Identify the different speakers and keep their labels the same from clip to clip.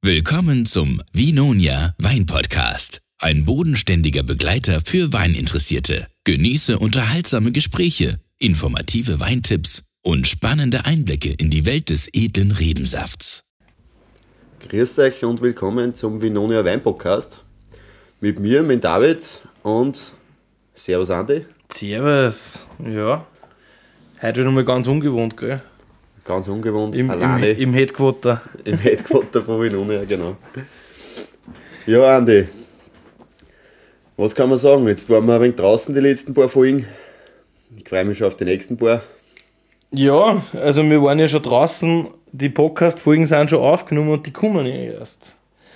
Speaker 1: Willkommen zum Vinonia Wein-Podcast. Ein bodenständiger Begleiter für Weininteressierte. Genieße unterhaltsame Gespräche, informative Weintipps und spannende Einblicke in die Welt des edlen Rebensafts.
Speaker 2: Grüß euch und willkommen zum Vinonia Wein-Podcast. Mit mir, mit David und Servus Andi.
Speaker 3: Servus, ja. Heute wieder mal ganz ungewohnt, gell?
Speaker 2: Ganz ungewohnt,
Speaker 3: alleine. Im Headquarter.
Speaker 2: Im Headquarter von Vinonia, genau. Ja, Andi, was kann man sagen? Jetzt waren wir ein wenig draußen die letzten paar Folgen. Ich freue mich schon auf die nächsten paar.
Speaker 3: Ja, also wir waren ja schon draußen, die Podcast-Folgen sind schon aufgenommen und die kommen ja erst.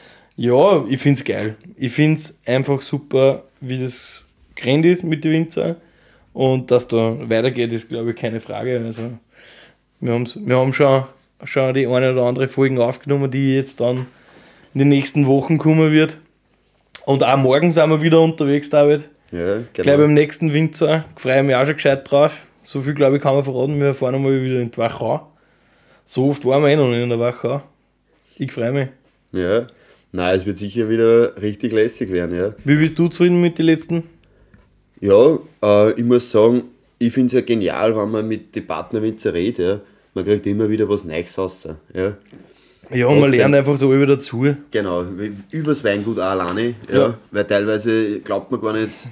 Speaker 3: Ja, ich finde es geil. Ich finde es einfach super, wie das gerannt ist mit den Winzer. Und dass da weitergeht, ist, glaube ich, keine Frage. Also wir haben schon die eine oder andere Folgen aufgenommen, die jetzt dann in den nächsten Wochen kommen wird. Und auch morgen sind wir wieder unterwegs, David.
Speaker 2: Ja, genau.
Speaker 3: Gleich beim nächsten Winzer. Ich freue mich auch schon gescheit drauf. So viel, glaube ich, kann man verraten. Wir fahren einmal wieder in die Wachau. So oft waren wir noch nicht in der Wachau. Ich freue mich.
Speaker 2: Ja, nein, es wird sicher wieder richtig lässig werden, ja.
Speaker 3: Wie bist du zufrieden mit den letzten?
Speaker 2: Ja, ich muss sagen, ich finde es ja genial, wenn man mit den Partnerwinzer redet, ja. Man kriegt immer wieder was Neues raus, ja.
Speaker 3: Ja, und man lernt einfach da über dazu.
Speaker 2: Genau, übers Weingut auch alleine, ja. Weil teilweise glaubt man gar nicht,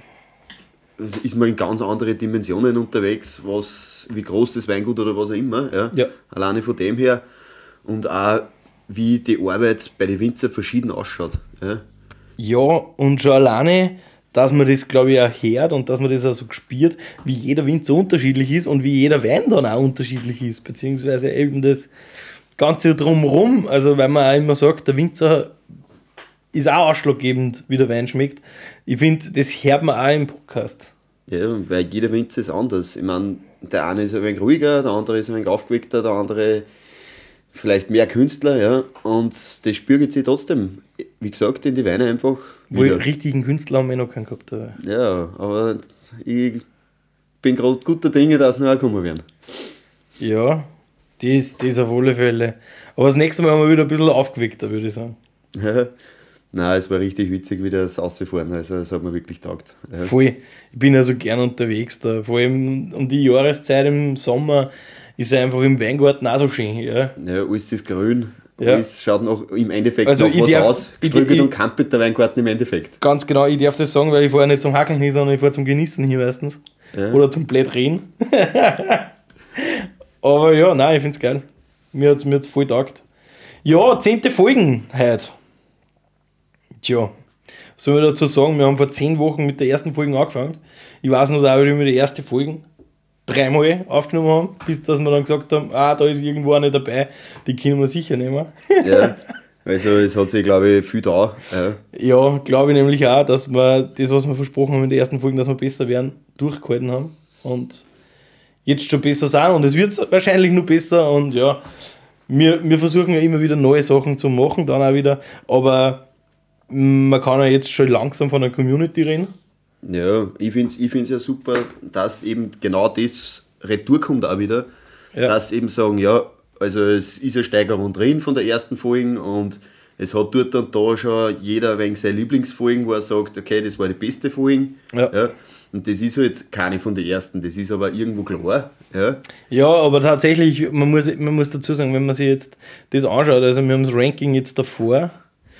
Speaker 2: ist man in ganz andere Dimensionen unterwegs, wie groß das Weingut oder was auch immer, ja.
Speaker 3: Ja.
Speaker 2: Alleine von dem her und auch wie die Arbeit bei den Winzern verschieden ausschaut, ja.
Speaker 3: Ja, und schon alleine, dass man das, glaube ich, auch hört und dass man das auch so spürt, wie jeder Winzer unterschiedlich ist und wie jeder Wein dann auch unterschiedlich ist, beziehungsweise eben das Ganze drumherum, also weil man auch immer sagt, der Winzer ist auch ausschlaggebend, wie der Wein schmeckt. Ich finde, das hört man auch im Podcast.
Speaker 2: Ja, weil jeder Winzer ist anders. Ich meine, der eine ist ein wenig ruhiger, der andere ist ein wenig aufgeweckter, der andere vielleicht mehr Künstler, ja, und das spürt sich trotzdem, wie gesagt, in die Weine einfach wieder.
Speaker 3: Wohl richtigen Künstler haben wir noch keinen gehabt. Aber.
Speaker 2: Ja, aber ich bin gerade guter Dinge, dass wir auch kommen werden.
Speaker 3: Ja, das auf alle Fälle. Aber das nächste Mal haben wir wieder ein bisschen aufgeweckter, würde ich sagen.
Speaker 2: Ja. Nein, es war richtig witzig, wie das rausgefahren, also es hat mir wirklich taugt. Ja.
Speaker 3: Voll, ich bin ja so gern unterwegs da, vor allem um die Jahreszeit im Sommer ist es einfach im Weingarten auch so schön. Ja,
Speaker 2: ja, alles ist grün,
Speaker 3: ja.
Speaker 2: Alles schaut noch im Endeffekt
Speaker 3: also
Speaker 2: noch was aus, gestrügelt und kampelt der Weingarten im Endeffekt.
Speaker 3: Ganz genau, ich darf das sagen, weil ich fahre nicht zum Hackeln hin, sondern ich fahre zum Genießen hier meistens. Ja. Oder zum Blättreden. Aber ja, nein, ich finde es geil. Mir hat's voll taugt. Ja, 10. Folgen heute. Tja, was soll ich dazu sagen? Wir haben vor 10 Wochen mit der ersten Folge angefangen. Ich weiß noch, da wie wir die erste Folge 3-mal aufgenommen haben, bis dass wir dann gesagt haben, da ist irgendwo eine dabei, die können wir sicher nehmen.
Speaker 2: Ja, also es hat sich, glaube ich, viel da.
Speaker 3: Ja, glaube ich nämlich auch, dass wir das, was wir versprochen haben in der ersten Folge, dass wir besser werden, durchgehalten haben und jetzt schon besser sind und es wird wahrscheinlich noch besser und ja, wir versuchen ja immer wieder neue Sachen zu machen, dann auch wieder, aber man kann ja jetzt schon langsam von der Community reden.
Speaker 2: Ja, ich find's ja super, dass eben genau das retour kommt auch wieder, dass eben sagen, ja, also es ist eine Steigerung drin von der ersten Folge und es hat dort und da schon jeder ein wenig seine Lieblingsfolgen, wo er sagt, okay, das war die beste Folge. Ja. Und das ist halt keine von den ersten, das ist aber irgendwo klar. Ja,
Speaker 3: aber tatsächlich, man muss dazu sagen, wenn man sich jetzt das anschaut, also wir haben das Ranking jetzt davor,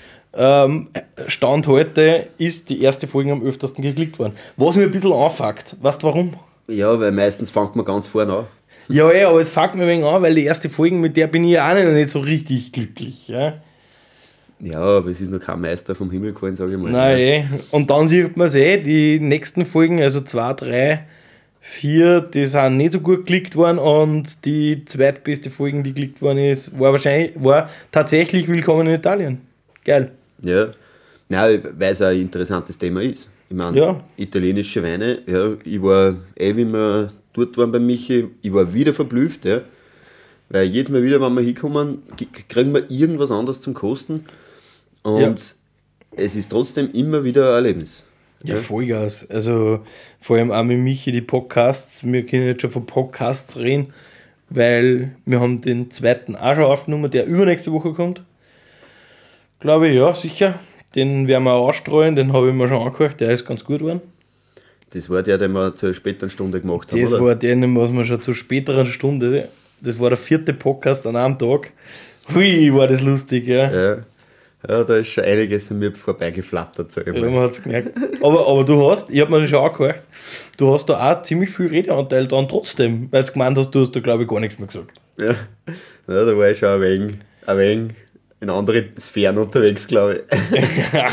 Speaker 3: Stand heute ist die erste Folge am öftersten geklickt worden. Was mir ein bisschen anfuckt. Weißt du warum?
Speaker 2: Ja, weil meistens fängt man ganz vorne an.
Speaker 3: Ja, aber es fuckt mir ein wenig an, weil die erste Folge, mit der bin ich auch nicht so richtig glücklich. Ja,
Speaker 2: aber es ist noch kein Meister vom Himmel gefallen, sage ich mal.
Speaker 3: Nein, und dann sieht man es die nächsten Folgen, also 2, 3, 4, die sind nicht so gut geklickt worden und die zweitbeste Folge, die geklickt worden ist, war tatsächlich Willkommen in Italien. Geil.
Speaker 2: Ja, nein, weil es ein interessantes Thema ist. Ich meine, italienische Weine, ja, ich war, wie wir dort waren bei Michi, ich war wieder verblüfft, ja, weil jedes Mal wieder, wenn wir hinkommen, kriegen wir irgendwas anderes zum Kosten und es ist trotzdem immer wieder ein Erlebnis.
Speaker 3: Ja, Vollgas. Also vor allem auch mit Michi die Podcasts, wir können jetzt schon von Podcasts reden, weil wir haben den zweiten auch schon aufgenommen, der übernächste Woche kommt. Glaube ich, ja, sicher. Den werden wir auch ausstrahlen, den habe ich mir schon angehört, der ist ganz gut geworden.
Speaker 2: Das war der, den wir zur späteren Stunde gemacht haben,
Speaker 3: Das
Speaker 2: oder?
Speaker 3: war der, was wir schon zur späteren Stunde, das war der 4. Podcast an einem Tag. Hui, war das lustig, ja.
Speaker 2: Ja, da ist schon einiges an mir vorbeigeflattert, sag ich
Speaker 3: Ja,
Speaker 2: mal.
Speaker 3: man hat es gemerkt. Aber du hast, ich habe mir das schon angehört, du hast da auch ziemlich viel Redeanteil dran trotzdem, weil du gemeint hast, du hast da glaube ich gar nichts mehr gesagt.
Speaker 2: Ja, da war ich schon ein wenig in andere Sphären unterwegs, glaube ich.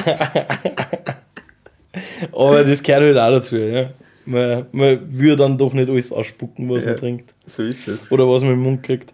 Speaker 3: Aber das gehört halt auch dazu, ja. Man würde dann doch nicht alles ausspucken, was man trinkt.
Speaker 2: So ist es.
Speaker 3: Oder was man im Mund kriegt.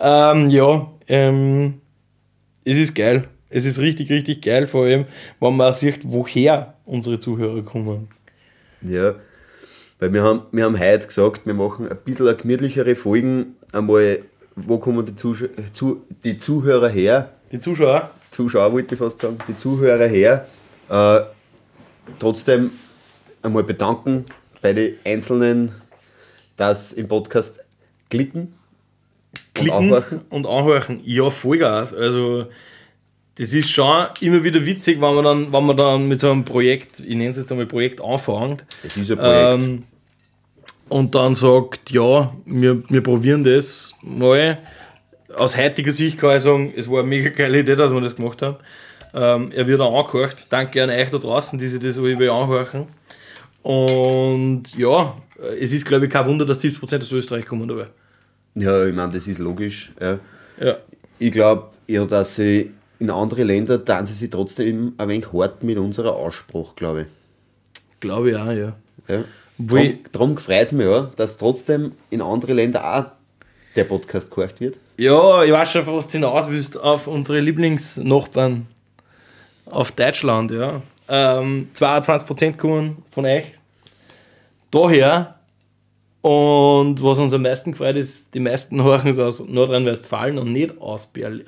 Speaker 3: Es ist geil. Es ist richtig, richtig geil, vor allem, wenn man auch sieht, woher unsere Zuhörer kommen.
Speaker 2: Ja, weil wir haben heute gesagt, wir machen ein bisschen eine gemütlichere Folgen. Einmal, wo kommen die Zuhörer her?
Speaker 3: Die Zuschauer?
Speaker 2: Zuschauer wollte ich fast sagen, die Zuhörer her. Trotzdem einmal bedanken bei den Einzelnen, dass im Podcast klicken
Speaker 3: und anhorchen. Ja, Vollgas. Also, das ist schon immer wieder witzig, wenn man dann mit so einem Projekt, ich nenne es jetzt einmal Projekt, anfängt.
Speaker 2: Es ist ein Projekt.
Speaker 3: Und dann sagt, ja, wir probieren das mal. Aus heutiger Sicht kann ich sagen, es war eine mega geile Idee, dass wir das gemacht haben. Er wird auch angehört. Danke an euch da draußen, die sich das alle anhören. Und ja, es ist, glaube ich, kein Wunder, dass 70% aus Österreich kommen dabei.
Speaker 2: Ja, ich meine, das ist logisch. Ja.
Speaker 3: Ja.
Speaker 2: Ich glaube, ja, dass sie in andere Länder tun sie sich trotzdem ein wenig hart mit unserer Aussprache, glaube ich.
Speaker 3: Glaube ich auch, ja.
Speaker 2: Ja. Darum freut es mich auch, dass trotzdem in andere Länder auch der Podcast gehört wird.
Speaker 3: Ja, ich weiß schon, was du hinaus willst, auf unsere Lieblingsnachbarn. Auf Deutschland, ja. 22% kommen von euch daher. Und was uns am meisten gefreut ist, die meisten hören es aus Nordrhein-Westfalen und nicht aus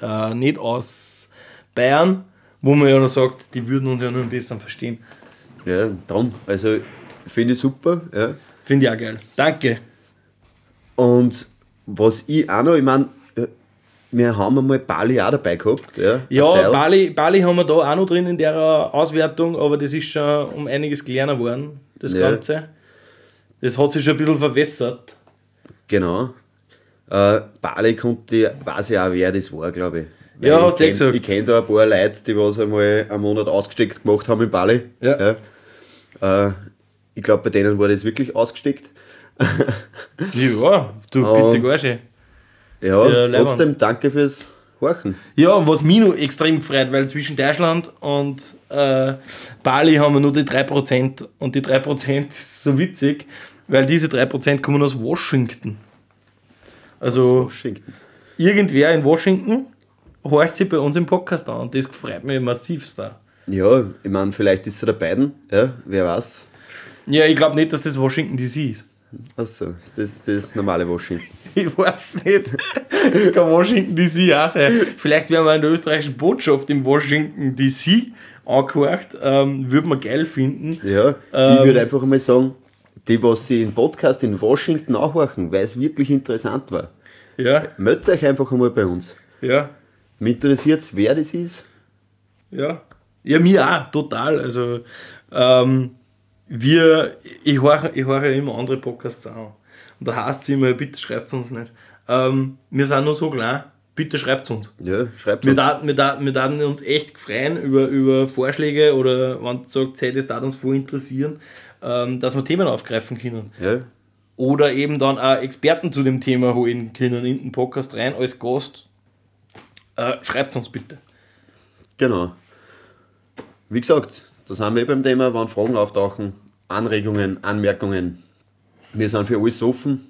Speaker 3: Bayern, wo man ja noch sagt, die würden uns ja nur ein bisschen verstehen.
Speaker 2: Ja, darum. Also finde ich super. Ja.
Speaker 3: Finde ich auch geil. Danke.
Speaker 2: Und was ich auch noch, ich meine, wir haben einmal Bali auch dabei gehabt.
Speaker 3: Ja, Bali haben wir da auch noch drin in der Auswertung, aber das ist schon um einiges kleiner geworden, das Ganze. Das hat sich schon ein bisschen verwässert.
Speaker 2: Genau. Bali weiß ich auch, wer das war, glaube ich. Weil
Speaker 3: ja, hast du gesagt.
Speaker 2: Ich kenne da ein paar Leute, die was einmal einen Monat ausgesteckt gemacht haben in Bali.
Speaker 3: Ja.
Speaker 2: Ich glaube, bei denen war das wirklich ausgesteckt.
Speaker 3: Ja, du bitte gar schön.
Speaker 2: Ja, trotzdem danke fürs Horchen.
Speaker 3: Ja, was mich noch extrem gefreut, weil zwischen Deutschland und Bali haben wir nur die 3%. Und die 3% ist so witzig, weil diese 3% kommen aus Washington. Also irgendwer in Washington horcht sich bei uns im Podcast an und das freut mich massivst da.
Speaker 2: Ja, ich meine, vielleicht ist es der beiden, ja, wer weiß.
Speaker 3: Ja, ich glaube nicht, dass das Washington DC ist.
Speaker 2: Achso, das ist das normale Washington.
Speaker 3: Ich weiß nicht. Das kann Washington DC auch sein. Vielleicht werden wir in der österreichischen Botschaft in Washington DC angehört. Würde man geil finden.
Speaker 2: Ja, ich würde einfach mal sagen, die, was sie im Podcast in Washington nachhören, weil es wirklich interessant war.
Speaker 3: Ja.
Speaker 2: Meldet euch einfach einmal bei uns.
Speaker 3: Ja.
Speaker 2: Mich interessiert es, wer das ist.
Speaker 3: Ja. Ja, mir auch, total. Also, ich höre ja immer andere Podcasts an. Und da heißt es immer, bitte schreibt es uns nicht. Wir sind nur so klein, bitte schreibt es uns.
Speaker 2: Ja, schreibt uns.
Speaker 3: Wir würden uns echt freuen über Vorschläge oder wenn ihr sagt, hey, das darf uns voll interessieren, dass wir Themen aufgreifen können.
Speaker 2: Ja.
Speaker 3: Oder eben dann auch Experten zu dem Thema holen können in den Podcast rein als Gast. Schreibt es uns bitte.
Speaker 2: Genau. Wie gesagt, da sind wir beim Thema, wenn Fragen auftauchen, Anregungen, Anmerkungen. Wir sind für alles offen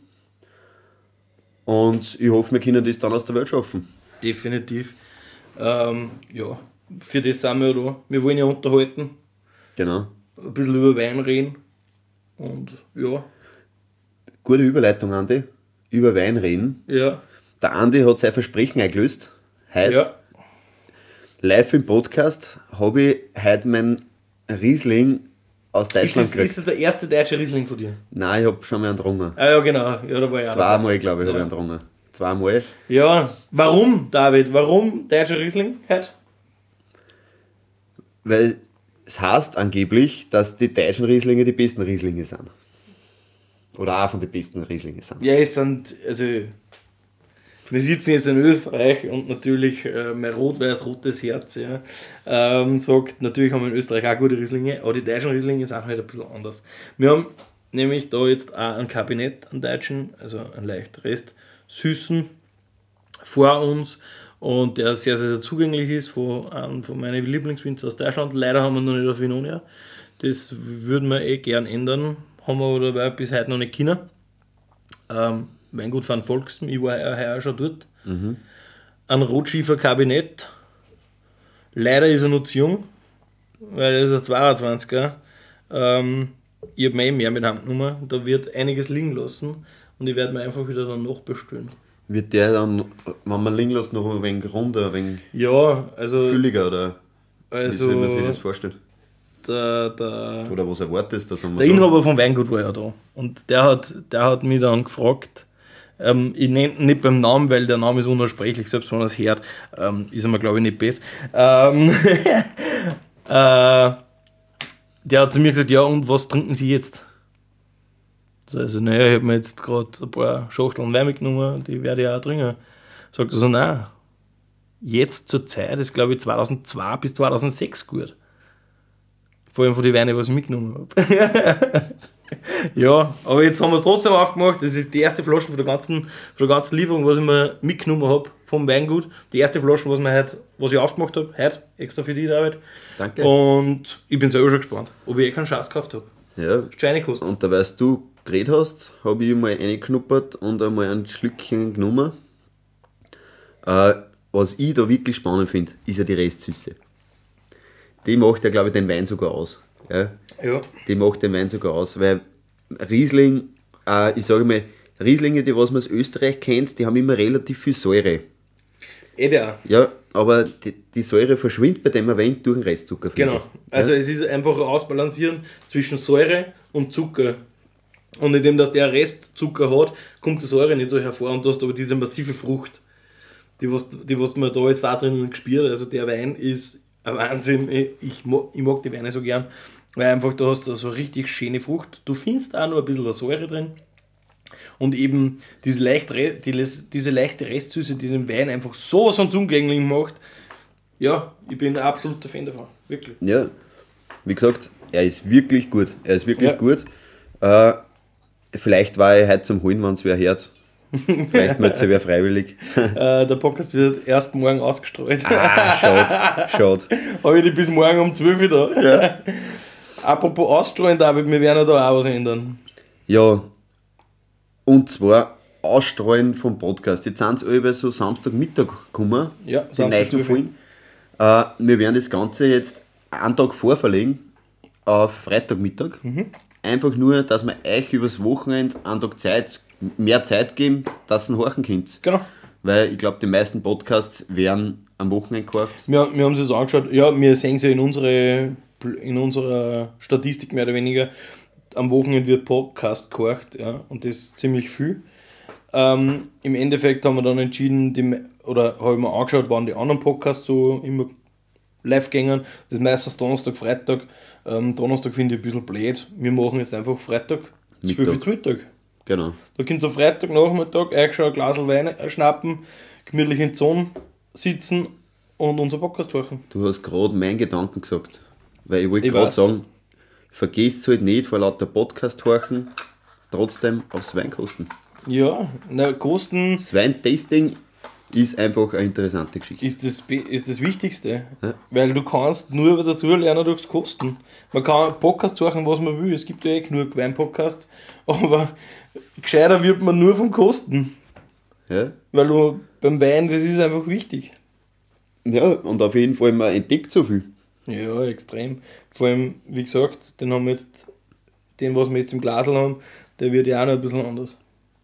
Speaker 2: und ich hoffe, wir können das dann aus der Welt schaffen.
Speaker 3: Definitiv. Ja, für das sind wir da. Wir wollen ja unterhalten,
Speaker 2: Genau.
Speaker 3: ein bisschen über Wein reden und ja.
Speaker 2: Gute Überleitung, Andi. Über Wein reden.
Speaker 3: Ja.
Speaker 2: Der Andi hat sein Versprechen eingelöst. Heute,
Speaker 3: Ja.
Speaker 2: live im Podcast, habe ich heute meinen Riesling aus Deutschland gekriegt.
Speaker 3: Ist das der erste deutsche Riesling von dir?
Speaker 2: Nein, ich habe schon mal einen getrunken.
Speaker 3: Ah ja, genau. Ja, da war ich auch dabei.
Speaker 2: Zweimal, glaube ich, habe ich einen getrunken. Zweimal.
Speaker 3: Ja, warum, David? Warum deutscher Riesling heute?
Speaker 2: Weil es heißt angeblich, dass die deutschen Rieslinge die besten Rieslinge sind. Oder auch von den besten Rieslinge sind.
Speaker 3: Ja, es sind, also wir sitzen jetzt in Österreich und natürlich mein rot-weiß-rotes Herz sagt, natürlich haben wir in Österreich auch gute Rieslinge, aber die deutschen Rieslinge sind halt ein bisschen anders. Wir haben nämlich da jetzt auch ein Kabinett an Deutschen, also ein leicht Rest Süßen vor uns und der sehr, sehr, sehr zugänglich ist von einem von meinen Lieblingswinzer aus Deutschland. Leider haben wir noch nicht auf Vinonia. Das würden wir gern ändern, haben wir aber dabei bis heute noch nicht können. Weingut van Volksten, ich war heuer schon dort. Ein Rotschiefer Kabinett. Leider ist er noch zu jung, weil er ist ein 22er. Ich habe mir mehr mit Handnummer, da wird einiges liegen lassen und ich werde mir einfach wieder dann nachbestellen.
Speaker 2: Wird der dann, wenn man liegen lässt, noch ein wenig runder, ein wenig fülliger oder wie soll man sich das vorstellen? Oder was erwartest du?
Speaker 3: Der Inhaber vom Weingut war ja da und der hat mich dann gefragt, ich nenne ihn nicht beim Namen, weil der Name ist unaussprechlich, selbst wenn man es hört, ist er mir glaube ich nicht besser. Der hat zu mir gesagt, ja und was trinken Sie jetzt? Also naja, ich habe mir jetzt gerade ein paar Schachteln Wein mitgenommen, die werde ich auch trinken. Sagt er so, nein, jetzt zur Zeit ist glaube ich 2002 bis 2006 gut. Vor allem von den Weinen, was ich mitgenommen habe. Ja, aber jetzt haben wir es trotzdem aufgemacht. Das ist die erste Flasche von der ganzen Lieferung, was ich mir mitgenommen habe vom Weingut. Die erste Flasche, was ich aufgemacht habe, heute, extra für die Arbeit.
Speaker 2: Danke.
Speaker 3: Und ich bin selber schon gespannt, ob ich keinen Schatz gekauft habe.
Speaker 2: Ja.
Speaker 3: Scheine kostet.
Speaker 2: Und da, weil du geredet hast, habe ich mal reingeschnuppert und einmal ein Schlückchen genommen. Was ich da wirklich spannend finde, ist ja die Restsüße. Die macht ja, glaube ich, den Wein sogar aus. Ja. Die macht den Wein sogar aus, weil Riesling, ich sage mal, Rieslinge, die was man aus Österreich kennt, die haben immer relativ viel Säure.
Speaker 3: Der.
Speaker 2: Ja, aber die Säure verschwindet bei dem ein wenig durch den Restzucker.
Speaker 3: Genau, also es ist einfach ein Ausbalancieren zwischen Säure und Zucker. Und indem dass der Restzucker hat, kommt die Säure nicht so hervor und du hast aber diese massive Frucht, die was man da jetzt da drinnen gespürt. Also der Wein ist ein Wahnsinn. Ich mag die Weine so gern, weil einfach du hast da so richtig schöne Frucht. Du findest auch noch ein bisschen Säure drin und eben diese leichte Restsüße, die den Wein einfach so unzugänglich macht. Ja, ich bin ein absoluter Fan davon, wirklich.
Speaker 2: Ja, wie gesagt, er ist wirklich gut. Gut. Vielleicht war er heute zum Holen, wenn es wer hört. Vielleicht möchte es wer freiwillig.
Speaker 3: Der Podcast wird erst morgen ausgestrahlt.
Speaker 2: Schade.
Speaker 3: Habe ich die bis morgen um 12 Uhr da. Ja. Apropos ausstrahlen, David, wir werden ja da auch was ändern.
Speaker 2: Ja, und zwar Ausstrahlen vom Podcast. Jetzt sind es alle so Samstagmittag gekommen,
Speaker 3: ja,
Speaker 2: die neuen Folgen. Wir werden das Ganze jetzt einen Tag vorverlegen auf Freitagmittag. Einfach nur, dass wir euch übers Wochenende einen Tag mehr Zeit geben, dass ihr horchen könnt.
Speaker 3: Genau.
Speaker 2: Weil ich glaube, die meisten Podcasts werden am Wochenende gehört.
Speaker 3: Wir haben es jetzt angeschaut, ja, wir sehen es ja in unserer Statistik mehr oder weniger. Am Wochenende wird Podcast gehört, ja, und das ist ziemlich viel. Im Endeffekt haben wir dann entschieden, habe ich mir angeschaut, wann die anderen Podcasts so immer live gingen. Das ist meistens Donnerstag, Freitag. Donnerstag finde ich ein bisschen blöd. Wir machen jetzt einfach Freitag, 12 Uhr Mittag.
Speaker 2: Genau.
Speaker 3: Da könnt ihr am Freitagnachmittag euch schon ein Glas Wein schnappen, gemütlich in die Sonne sitzen und unser Podcast hören.
Speaker 2: Du hast gerade meinen Gedanken gesagt. Weil ich wollte gerade sagen, vergesst halt nicht, vor lauter Podcast horchen, trotzdem aufs Wein kosten.
Speaker 3: Ja, kosten.
Speaker 2: Das Weintasting ist einfach eine interessante Geschichte.
Speaker 3: Ist das Wichtigste. Ja. Weil du kannst nur dazu lernen durchs Kosten. Man kann Podcast hören, was man will. Es gibt ja genug Wein-Podcasts, aber gescheiter wird man nur vom Kosten.
Speaker 2: Ja.
Speaker 3: Weil du beim Wein, das ist einfach wichtig.
Speaker 2: Ja, und auf jeden Fall, man entdeckt so viel.
Speaker 3: Ja, extrem. Vor allem, wie gesagt, was wir jetzt im Glasl haben, der wird ja auch noch ein bisschen anders.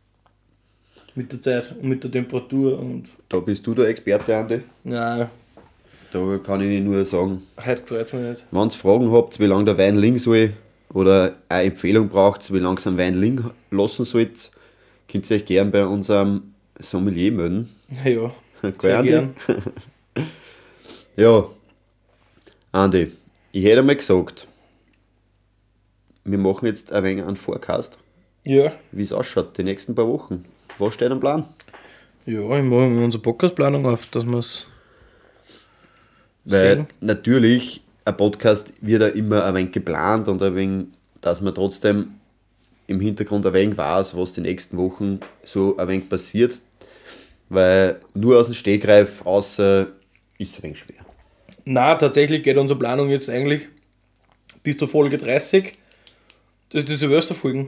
Speaker 3: Mit der Zeit und mit der Temperatur. Und
Speaker 2: da bist du der Experte, Andi.
Speaker 3: Nein.
Speaker 2: Da kann ich nur sagen,
Speaker 3: heute freut es mich nicht.
Speaker 2: Wenn ihr Fragen habt, wie lange der Wein liegen soll oder eine Empfehlung braucht, wie lange ihr einen Wein liegen lassen sollt, könnt ihr euch gerne bei unserem Sommelier melden.
Speaker 3: Ja, sehr gern.
Speaker 2: Ja, Andi, Ich hätte mal gesagt, wir machen jetzt ein wenig einen Forecast,
Speaker 3: Ja.
Speaker 2: wie es ausschaut, die nächsten paar Wochen. Was steht am Plan?
Speaker 3: Ja, ich mache mir unsere Podcast-Planung auf, dass wir es
Speaker 2: Weil
Speaker 3: sehen.
Speaker 2: natürlich, ein Podcast wird ja immer ein wenig geplant und ein wenig, dass man trotzdem im Hintergrund ein wenig weiß, was die nächsten Wochen so ein wenig passiert. Weil nur aus dem Stegreif außer ist ein wenig schwer.
Speaker 3: Na, tatsächlich geht unsere Planung jetzt eigentlich bis zur Folge 30. Das ist die Silvesterfolgen.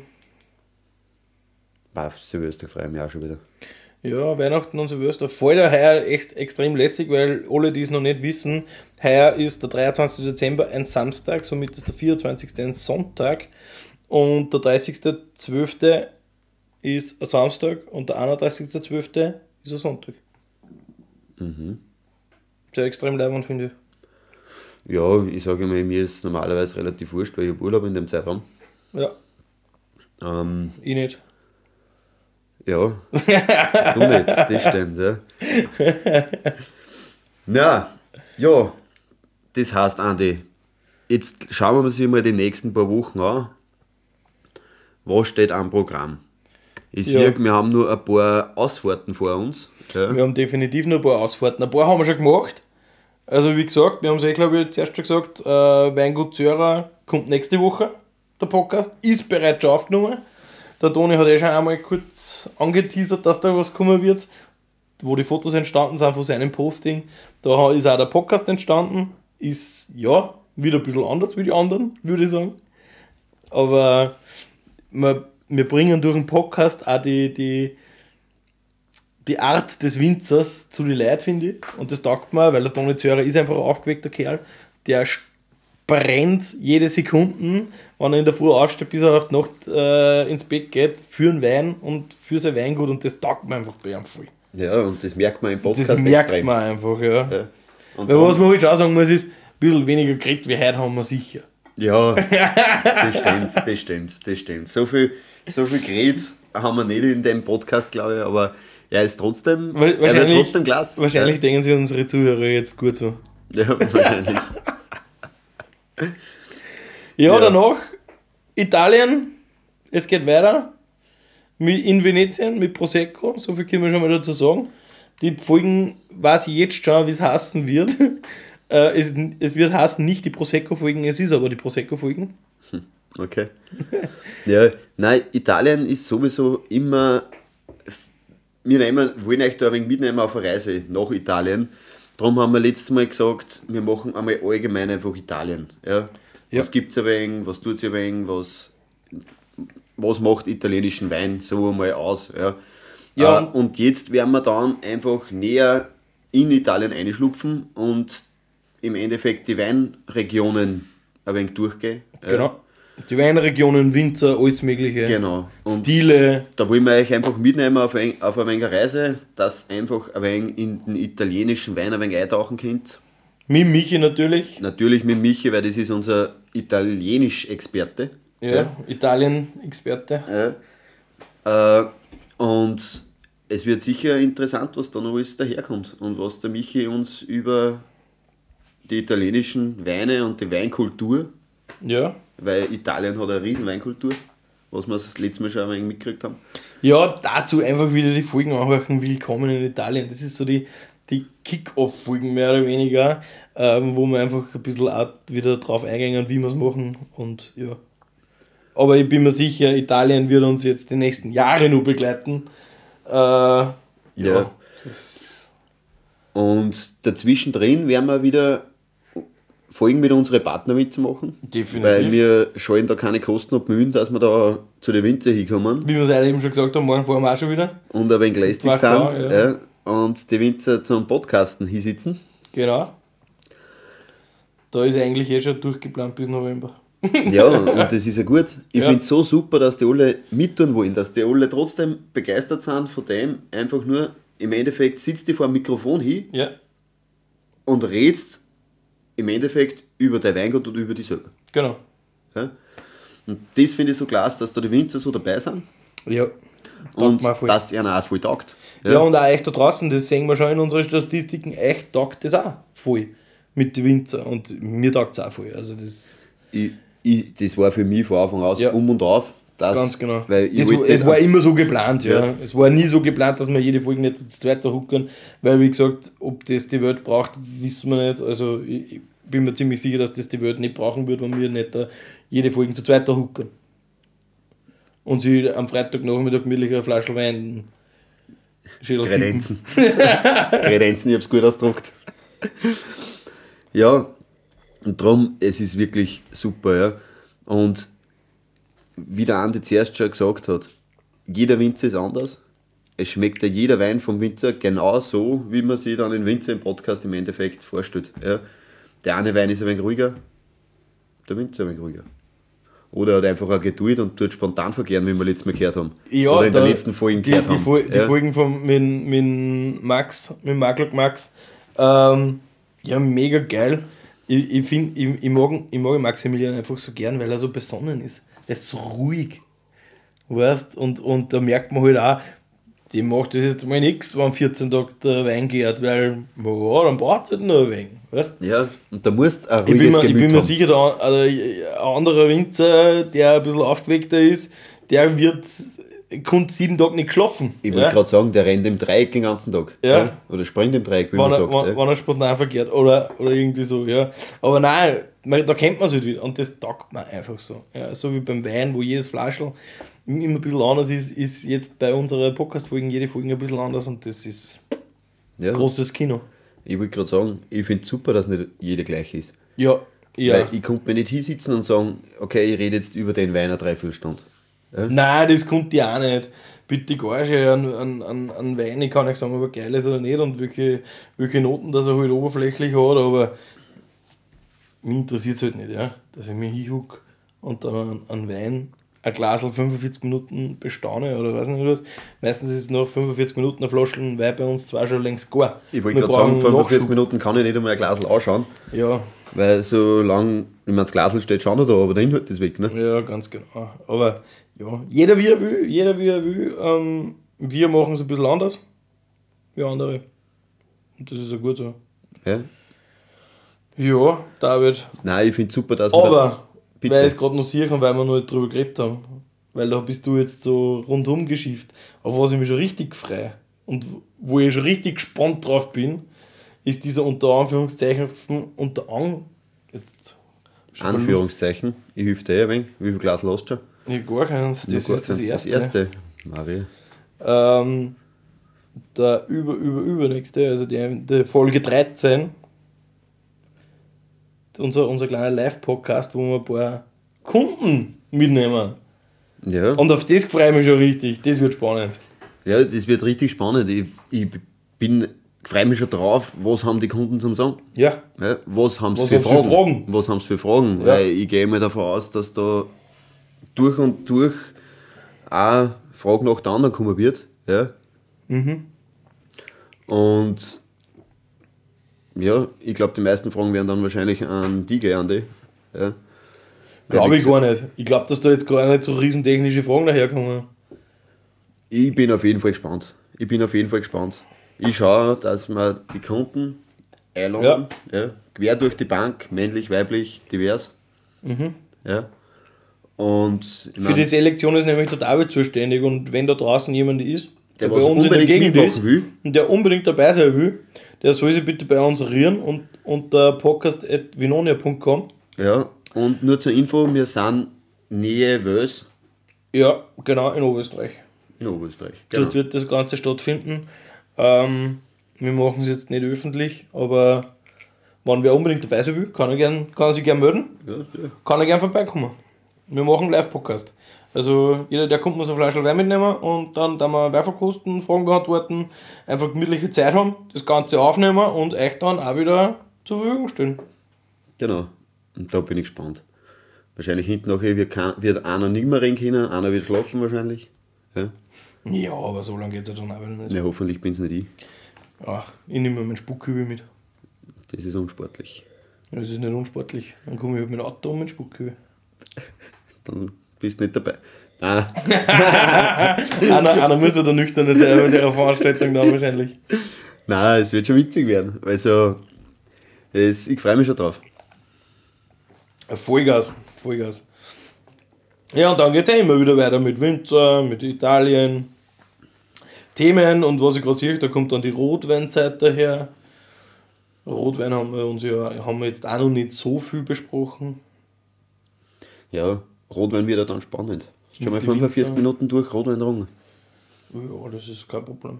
Speaker 2: Auf Silvester freue ich mich auch schon wieder.
Speaker 3: Ja, Weihnachten und Silvester. Fällt ja heuer echt extrem lässig, weil alle, die es noch nicht wissen, heuer ist der 23. Dezember ein Samstag, somit ist der 24. ein Sonntag und der 30.12. ist ein Samstag und der 31.12. ist ein Sonntag. Sehr extrem leibend, finde ich.
Speaker 2: Ja, ich sage mal, mir ist normalerweise relativ wurscht, weil ich habe Urlaub in dem Zeitraum.
Speaker 3: Ja, ich nicht.
Speaker 2: Ja, du nicht, das stimmt, ja. Ja, das heißt, Andi, jetzt schauen wir uns mal die nächsten paar Wochen an. Was steht am Programm? Ich
Speaker 3: Ja.
Speaker 2: sehe, wir haben nur ein paar Ausfahrten vor uns. Ja.
Speaker 3: Wir haben definitiv noch ein paar Ausfahrten. Ein paar haben wir schon gemacht. Also wie gesagt, wir haben es glaube ich, zuerst schon gesagt, Weingut Zöhrer kommt nächste Woche, der Podcast, ist bereits schon aufgenommen. Der Toni hat schon einmal kurz angeteasert, dass da was kommen wird, wo die Fotos entstanden sind von seinem Posting. Da ist auch der Podcast entstanden. Ist, ja, wieder ein bisschen anders wie die anderen, würde ich sagen. Aber wir bringen durch den Podcast auch die Art des Winzers zu den Leuten, finde ich. Und das taugt mir, weil der Toni Zöhrer ist einfach ein aufgeweckter Kerl. Der brennt jede Sekunde, wenn er in der Früh aufsteht, bis er auf die Nacht ins Bett geht, für den Wein und für sein Weingut. Und das taugt mir einfach bei ihm voll.
Speaker 2: Ja, und das merkt man im Podcast
Speaker 3: Das merkt
Speaker 2: extrem.
Speaker 3: man einfach, ja.
Speaker 2: Ja. Und
Speaker 3: Weil was man halt schon sagen muss, ist, ein bisschen weniger Grit wie heute haben wir sicher.
Speaker 2: Ja, das stimmt. So viel Gerät haben wir nicht in dem Podcast, glaube ich, aber er ist trotzdem, er wird trotzdem Glas.
Speaker 3: Wahrscheinlich denken sich unsere Zuhörer jetzt gut so.
Speaker 2: Ja, wahrscheinlich.
Speaker 3: Ja,
Speaker 2: Ja.
Speaker 3: danach Italien, es geht weiter in Venetien mit Prosecco, so viel können wir schon mal dazu sagen. Die Folgen weiß ich jetzt schon, wie es heißen wird. Es wird heißen, nicht die Prosecco-Folgen, es ist aber die Prosecco-Folgen.
Speaker 2: Okay. Ja, nein, Italien ist sowieso immer. Wir wollen euch da ein wenig mitnehmen auf eine Reise nach Italien. Darum haben wir letztes Mal gesagt, wir machen einmal allgemein einfach Italien. Ja?
Speaker 3: Ja.
Speaker 2: Was gibt es ein wenig, was tut es ein wenig, was macht italienischen Wein so einmal aus. Ja?
Speaker 3: Ja.
Speaker 2: Und jetzt werden wir dann einfach näher in Italien einschlupfen und im Endeffekt die Weinregionen ein wenig durchgehen. Ja?
Speaker 3: Genau. Die Weinregionen, Winzer, alles mögliche.
Speaker 2: Genau. Und
Speaker 3: Stile.
Speaker 2: da wollen wir euch einfach mitnehmen auf eine wenig Reise, dass einfach ein wenig in den italienischen Wein ein wenig eintauchen könnt.
Speaker 3: Mit Michi natürlich.
Speaker 2: Natürlich mit Michi, weil das ist unser Italienisch-Experte.
Speaker 3: Ja, Italien-Experte.
Speaker 2: Und es wird sicher interessant, was da noch alles daherkommt und was der Michi uns über die italienischen Weine und die Weinkultur,
Speaker 3: Ja.
Speaker 2: weil Italien hat eine riesen Weinkultur, was wir das letzte Mal schon ein wenig mitgekriegt haben.
Speaker 3: Ja, dazu einfach wieder die Folgen anhören, Willkommen in Italien. Das ist so die Kick-Off-Folgen mehr oder weniger, wo wir einfach ein bisschen auch wieder drauf eingehen, wie wir es machen und ja. Aber ich bin mir sicher, Italien wird uns jetzt die nächsten Jahre noch begleiten.
Speaker 2: Ja.
Speaker 3: Das,
Speaker 2: Und dazwischen drin werden wir wieder Folgen mit unseren Partnern mitzumachen.
Speaker 3: Definitiv.
Speaker 2: Weil wir scheuen da keine Kosten und Mühen, dass wir da zu den Winzer hinkommen
Speaker 3: wie wir es heute eben schon gesagt haben, morgen fahren wir auch schon wieder.
Speaker 2: und ein wenig lästig
Speaker 3: War
Speaker 2: sind.
Speaker 3: klar, ja.
Speaker 2: Ja, und die Winzer zum Podcasten hinsitzen.
Speaker 3: Genau. Da ist eigentlich eh schon durchgeplant bis November.
Speaker 2: Ja, und das ist ja gut. Ich
Speaker 3: Ja.
Speaker 2: finde es so super, dass die alle mittun wollen, dass die alle trotzdem begeistert sind von dem. Einfach nur, im Endeffekt sitzt die vor dem Mikrofon hin
Speaker 3: Ja,
Speaker 2: und redst im Endeffekt über dein Weingut und über dich selber.
Speaker 3: genau.
Speaker 2: Ja? Und das finde ich so klasse, dass da die Winzer so dabei sind
Speaker 3: Ja.
Speaker 2: und
Speaker 3: mir auch voll.
Speaker 2: dass es ihnen auch voll taugt.
Speaker 3: Ja, und auch euch da draußen, das sehen wir schon in unseren Statistiken, euch taugt das auch voll. mit den Winzer und mir taugt es auch voll. Also das
Speaker 2: das war für mich von Anfang aus um und auf.
Speaker 3: Ganz genau.
Speaker 2: Weil
Speaker 3: es war immer so geplant, ja. Es war nie so geplant, dass wir jede Folge nicht zu zweit huckern, weil wie gesagt, ob das die Welt braucht, wissen wir nicht. Also ich bin mir ziemlich sicher, dass das die Welt nicht brauchen wird, wenn wir nicht jede Folge zu zweit huckern. Und sie am Freitagnachmittag gemütlich eine Flasche Wein
Speaker 2: Kredenzen. Kredenzen, ich hab's gut ausgedruckt. Ja, und darum, es ist wirklich super, ja. Und wie der Andi zuerst schon gesagt hat, jeder Winzer ist anders. Es schmeckt ja jeder Wein vom Winzer genau so, wie man sich dann den Winzer im Podcast im Endeffekt vorstellt. Ja. Der eine Wein ist ein wenig ruhiger, der Winzer ein wenig ruhiger. Oder hat einfach eine Geduld und tut spontan verkehren, wie wir letztes Mal gehört haben.
Speaker 3: Ja,
Speaker 2: oder in der letzten Folge gehört haben.
Speaker 3: Die Folgen mit Makel Max, ja, mega geil. Ich mag Maximilian einfach so gern, weil er so besonnen ist. Der ist so ruhig. Weißt? Und da merkt man halt auch, die macht das jetzt mal nichts, wenn 14 Tage der Wein geht, weil, ja, dann braucht halt noch ein wenig. Weißt?
Speaker 2: Ja, und da musst du ein ruhiges Gemüt haben.
Speaker 3: Ich bin mir sicher, ein anderer Winzer, der ein bisschen aufgeweckter ist, der kommt 7 Tage nicht geschlafen.
Speaker 2: Ich wollte gerade sagen, der rennt im Dreieck den ganzen Tag. Ja. Oder springt im Dreieck, wie man sagt.
Speaker 3: Wenn er spontan verkehrt. Oder irgendwie so, ja. Aber nein, da kennt man es halt wieder. Und das taugt man einfach so. Ja, so wie beim Wein, wo jedes Flaschel immer ein bisschen anders ist jetzt bei unserer Podcast-Folgen jede Folge ein bisschen anders. Und das ist großes Kino.
Speaker 2: Ich wollte gerade sagen, ich finde es super, dass nicht jede gleich ist.
Speaker 3: Ja.
Speaker 2: Weil ich konnte mir nicht hinsitzen und sagen, okay, ich rede jetzt über den Wein eine 3-4 Stunden. Ja?
Speaker 3: Nein, das kommt ja auch nicht. Bitte gar schon an Wein, ich kann nicht sagen, ob er geil ist oder nicht und welche Noten das er halt oberflächlich hat, aber mich interessiert es halt nicht, ja, dass ich mich hinhucke und dann an Wein ein Glasl 45 Minuten bestaune oder weiß nicht was. Meistens ist es nach 45 Minuten eine Flasche Wein bei uns zwar schon längst gar.
Speaker 2: Ich wollte gerade sagen, 45 Minuten kann ich nicht einmal ein Glasl anschauen.
Speaker 3: Ja.
Speaker 2: Weil so lang, ich meine, das Glasl steht schon noch da, aber der Inhalt ist weg, ne?
Speaker 3: Ja, ganz genau. Aber ja, jeder wie er will. Wir machen es ein bisschen anders wie andere. Und das ist ja gut so.
Speaker 2: Ja?
Speaker 3: Ja, David.
Speaker 2: Nein, ich finde es super, dass
Speaker 3: aber, weil ich es gerade noch sehe und weil wir noch nicht drüber geredet haben, weil da bist du jetzt so rundum geschifft, auf was ich mich schon richtig freue und wo ich schon richtig gespannt drauf bin, ist dieser unter Anführungszeichen
Speaker 2: Anführungszeichen, ich helfe dir ein wenig. Wie viel Glas hast du schon?
Speaker 3: Ja, gar keins, das ist das erste.
Speaker 2: Das erste, Maria.
Speaker 3: Der übernächste, also die Folge 13, unser kleiner Live-Podcast, wo wir ein paar Kunden mitnehmen.
Speaker 2: Ja.
Speaker 3: Und auf das freue ich mich schon richtig, das wird spannend.
Speaker 2: Ja, das wird richtig spannend. Ich freue mich schon drauf, was haben die Kunden zum Sagen.
Speaker 3: Ja.
Speaker 2: Ja, was haben sie für Fragen? Was haben sie für Fragen? Ja. Weil ich gehe mal davon aus, dass da durch und durch auch Frage nach der anderen kommen wird. Ja.
Speaker 3: Mhm.
Speaker 2: Und ja, ich glaube, die meisten Fragen werden dann wahrscheinlich an die gehen, Andi. Ja.
Speaker 3: Glaube ich gar nicht. Ich glaube, dass da jetzt gar nicht so riesen technische Fragen daherkommen.
Speaker 2: Ich bin auf jeden Fall gespannt. Ich schaue, dass wir die Kunden einladen. Ja. Quer durch die Bank, männlich, weiblich, divers.
Speaker 3: Mhm.
Speaker 2: Ja. Und
Speaker 3: für die Selektion ist nämlich der David zuständig und wenn da draußen jemand ist,
Speaker 2: der
Speaker 3: bei uns in der Gegend ist
Speaker 2: will
Speaker 3: und der unbedingt dabei sein will, der soll sich bitte bei uns rühren und unter podcast@vinonia.com.
Speaker 2: Ja, und nur zur Info, wir sind Nähe Wels.
Speaker 3: Ja, genau, in Oberösterreich.
Speaker 2: Genau.
Speaker 3: Dort wird das Ganze stattfinden. Wir machen es jetzt nicht öffentlich, aber wenn wer unbedingt dabei sein will, kann er sich gerne melden.
Speaker 2: Ja.
Speaker 3: Kann er gerne vorbeikommen. Wir machen einen Live-Podcast. Also jeder, der kommt, muss eine Flasche Wein mitnehmen und dann wir Wein verkosten, Fragen beantworten, einfach gemütliche Zeit haben, das Ganze aufnehmen und euch dann auch wieder zur Verfügung stellen.
Speaker 2: Genau. Und da bin ich gespannt. Wahrscheinlich hinten nachher wird einer nicht mehr rein können, einer wird schlafen wahrscheinlich. Ja,
Speaker 3: aber so lange geht es ja dann auch wieder nicht.
Speaker 2: Ne, hoffentlich bin es nicht ich.
Speaker 3: Ja, ich nehme mir meinen Spuckkübel mit.
Speaker 2: Das ist unsportlich.
Speaker 3: Ja, das ist nicht unsportlich. Dann komme ich halt mit dem Auto um den Spuckkübel.
Speaker 2: Dann bist du nicht dabei. Nein.
Speaker 3: einer muss ja der Nüchterne sein bei der Veranstaltung dann wahrscheinlich.
Speaker 2: Nein, es wird schon witzig werden. Also, Ich freue mich schon drauf.
Speaker 3: Vollgas. Ja, und dann geht es immer wieder weiter mit Winzer, mit Italien, Themen und was ich gerade sehe, da kommt dann die Rotweinzeit daher. Rotwein haben wir jetzt auch noch nicht so viel besprochen.
Speaker 2: Ja, Rotwein wird ja dann spannend. Schon mal
Speaker 3: die
Speaker 2: 45
Speaker 3: Winzer.
Speaker 2: Minuten durch Rotwein rum.
Speaker 3: Ja, das ist kein Problem.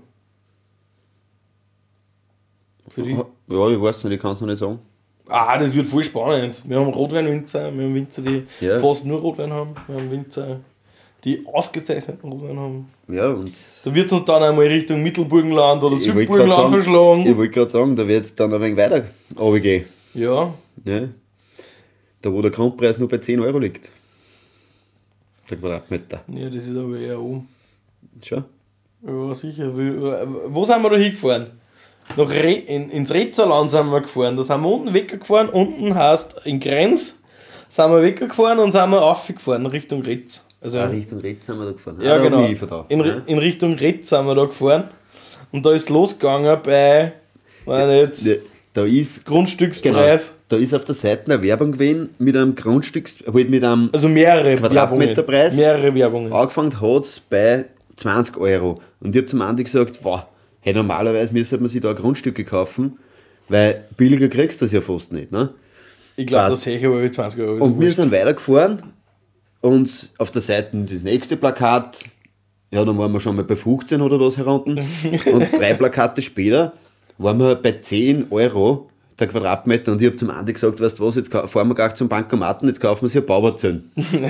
Speaker 3: Für die?
Speaker 2: Ja, ich weiß nicht, ich kann es noch nicht sagen.
Speaker 3: Das wird voll spannend. Wir haben Rotweinwinzer, wir haben Winzer, die
Speaker 2: Ja.
Speaker 3: fast nur Rotwein haben. Wir haben Winzer, die ausgezeichneten Rotwein haben.
Speaker 2: Ja, und
Speaker 3: Da wird es uns dann einmal Richtung Mittelburgenland oder
Speaker 2: ich wollte
Speaker 3: Südburgenland
Speaker 2: gerade
Speaker 3: verschlagen.
Speaker 2: sagen, da wird es dann ein wenig weiter runtergehen.
Speaker 3: Ja,
Speaker 2: Ja. Da wo der Grundpreis nur bei 10 Euro liegt. Der Quadratmeter.
Speaker 3: ja, das ist aber eher oben.
Speaker 2: Schon?
Speaker 3: Ja, sicher. Wo sind wir da hingefahren? Ins Retzerland sind wir gefahren. Da sind wir unten weggefahren. Unten heißt in Grenz sind wir weggefahren und sind wir aufgefahren Richtung Retz. Also,
Speaker 2: Richtung Retz sind wir da gefahren.
Speaker 3: ja,
Speaker 2: da
Speaker 3: genau.
Speaker 2: bin ich von da.
Speaker 3: In Richtung Retz sind wir da gefahren. Und da ist losgegangen bei, jetzt,
Speaker 2: Ja, da ist
Speaker 3: Grundstückspreis.
Speaker 2: Da ist auf der Seite eine Werbung gewesen mit einem halt mit einem
Speaker 3: Also mehrere
Speaker 2: Quadratmeterpreis.
Speaker 3: Werbungen. Mehrere Werbungen.
Speaker 2: Angefangen hat es bei 20 Euro. Und ich habe zum Andi gesagt, wow, hey, normalerweise müsste man sich da Grundstücke kaufen, weil billiger kriegst du das ja fast nicht. Ne?
Speaker 3: Ich glaube,
Speaker 2: Passt.
Speaker 3: das sehe ich aber 20 Euro.
Speaker 2: Und wir sind weitergefahren und auf der Seite das nächste Plakat, ja, dann waren wir schon mal bei 15 oder was herunten. Und 3 Plakate später waren wir bei 10 Euro der Quadratmeter und ich habe zum Andi gesagt, weißt du was, jetzt fahren wir gleich zum Bankomaten, jetzt kaufen wir sich ein Bauerzellen.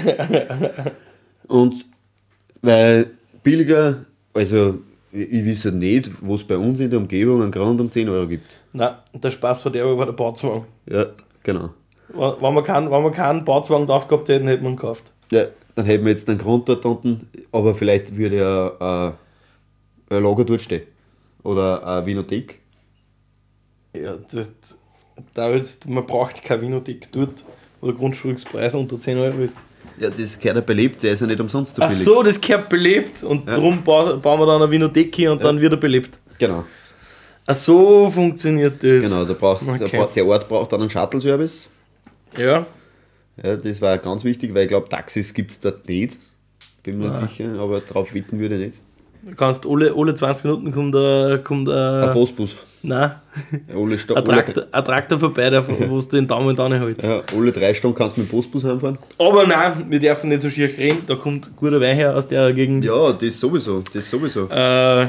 Speaker 2: Und weil billiger, also ich weiß nicht, wo es bei uns in der Umgebung einen Grund um 10 Euro gibt.
Speaker 3: Nein, der Spaßverderber war der Bauzwang.
Speaker 2: Ja, genau.
Speaker 3: Wenn wir keinen Bauzwang drauf gehabt hätten, hätten wir ihn gekauft.
Speaker 2: Ja, dann hätten wir jetzt einen Grund dort unten, aber vielleicht würde ja ein Lager dort stehen. Oder eine Winothek.
Speaker 3: Ja, David, man braucht keine Winothek dort, wo der Grundstückspreis unter 10 Euro ist.
Speaker 2: Ja, das gehört ja belebt, der ist ja nicht umsonst so
Speaker 3: Ach
Speaker 2: billig.
Speaker 3: so, das gehört belebt und darum bauen wir dann eine Winothek hin und dann wird er belebt.
Speaker 2: Genau,
Speaker 3: Ach so funktioniert das.
Speaker 2: genau der Ort braucht dann einen Shuttle-Service.
Speaker 3: Ja,
Speaker 2: Ja, das war ganz wichtig, weil ich glaube, Taxis gibt es dort nicht. Bin mir nicht sicher, aber drauf wetten würde ich nicht.
Speaker 3: du kannst alle 20 Minuten kommt
Speaker 2: Ein Postbus.
Speaker 3: nein,
Speaker 2: Alle,
Speaker 3: ein Traktor vorbei, wo du den Daumen da nicht hältst.
Speaker 2: ja, alle 3 Stunden kannst du mit dem Postbus heimfahren.
Speaker 3: Aber nein, wir dürfen nicht so schier reden, da kommt guter Wein her aus der Gegend.
Speaker 2: Ja, das sowieso.
Speaker 3: Ja.